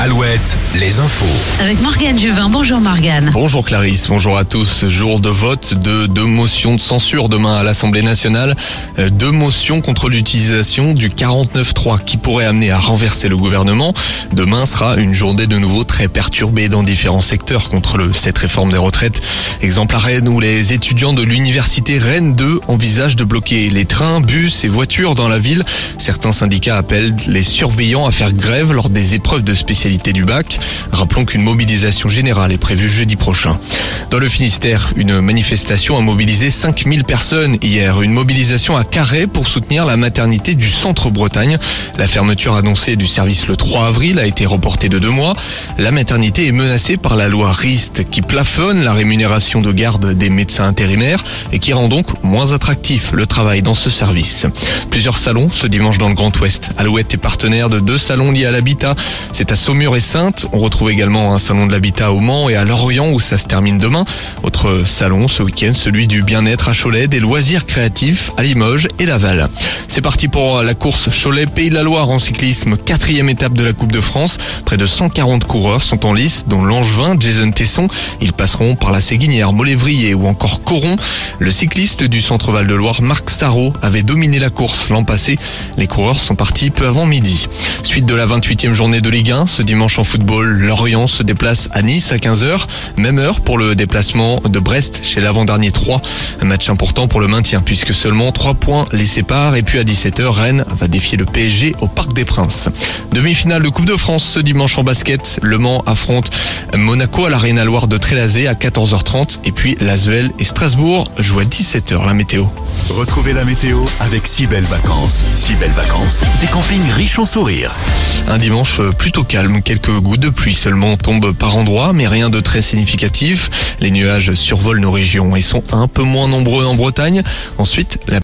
Alouette, les infos. Avec Morgane Juvin. Bonjour Morgane. Bonjour Clarisse, bonjour à tous. Jour de vote de deux motions de censure demain à l'Assemblée nationale. Deux motions contre l'utilisation du 49.3 qui pourrait amener à renverser le gouvernement. Demain sera une journée de nouveau très perturbée dans différents secteurs contre cette réforme des retraites. Exemple à Rennes où les étudiants de l'université Rennes 2 envisagent de bloquer les trains, bus et voitures dans la ville. Certains syndicats appellent les surveillants à faire grève lors des épreuves de spécialité du bac. Rappelons qu'une mobilisation générale est prévue jeudi prochain. Dans le Finistère, une manifestation a mobilisé 5000 personnes hier. Une mobilisation à Carhaix pour soutenir la maternité du Centre-Bretagne. La fermeture annoncée du service le 3 avril a été reportée de 2 mois. La maternité est menacée par la loi Rist qui plafonne la rémunération de garde des médecins intérimaires et qui rend donc moins attractif le travail dans ce service. Plusieurs salons ce dimanche dans le Grand Ouest. Alouette est partenaire de 2 salons liés à l'habitat. C'est à Saumur et Saintes. On retrouve également un salon de l'habitat au Mans et à Lorient où ça se termine demain. Autre salon ce week-end, celui du bien-être à Cholet, des loisirs créatifs à Limoges et Laval. C'est parti pour la course Cholet Pays de la Loire en cyclisme, 4e étape de la Coupe de France. Près de 140 coureurs sont en lice, dont l'Angevin Jason Tesson. Ils passeront par la Séguinière, Molévrier ou encore Coron. Le cycliste du Centre Val de Loire, Marc Sarrault, avait dominé la course l'an passé. Les coureurs sont partis peu avant midi. Suite de la 28e journée de Ligue 1, ce dimanche en football, Lorient se déplace à Nice à 15h. Même heure pour le déplacement de Brest chez l'avant-dernier 3. Un match important pour le maintien puisque seulement 3 points les séparent. Et puis à 17h, Rennes va défier le PSG au Parc des Princes. Demi-finale de Coupe de France ce dimanche en basket. Le Mans affronte Monaco à l'Arena Loire de Trélazé à 14h30. Et puis l'Asvel et Strasbourg jouent à 17h. La météo. Retrouvez la météo avec Si Belles Vacances. Si Belles Vacances, des campings riches en sourires. Un dimanche plutôt calme. Quelques gouttes de pluie seulement tombent par endroits, mais rien de très significatif. Les nuages survolent nos régions et sont un peu moins nombreux en Bretagne. Ensuite, la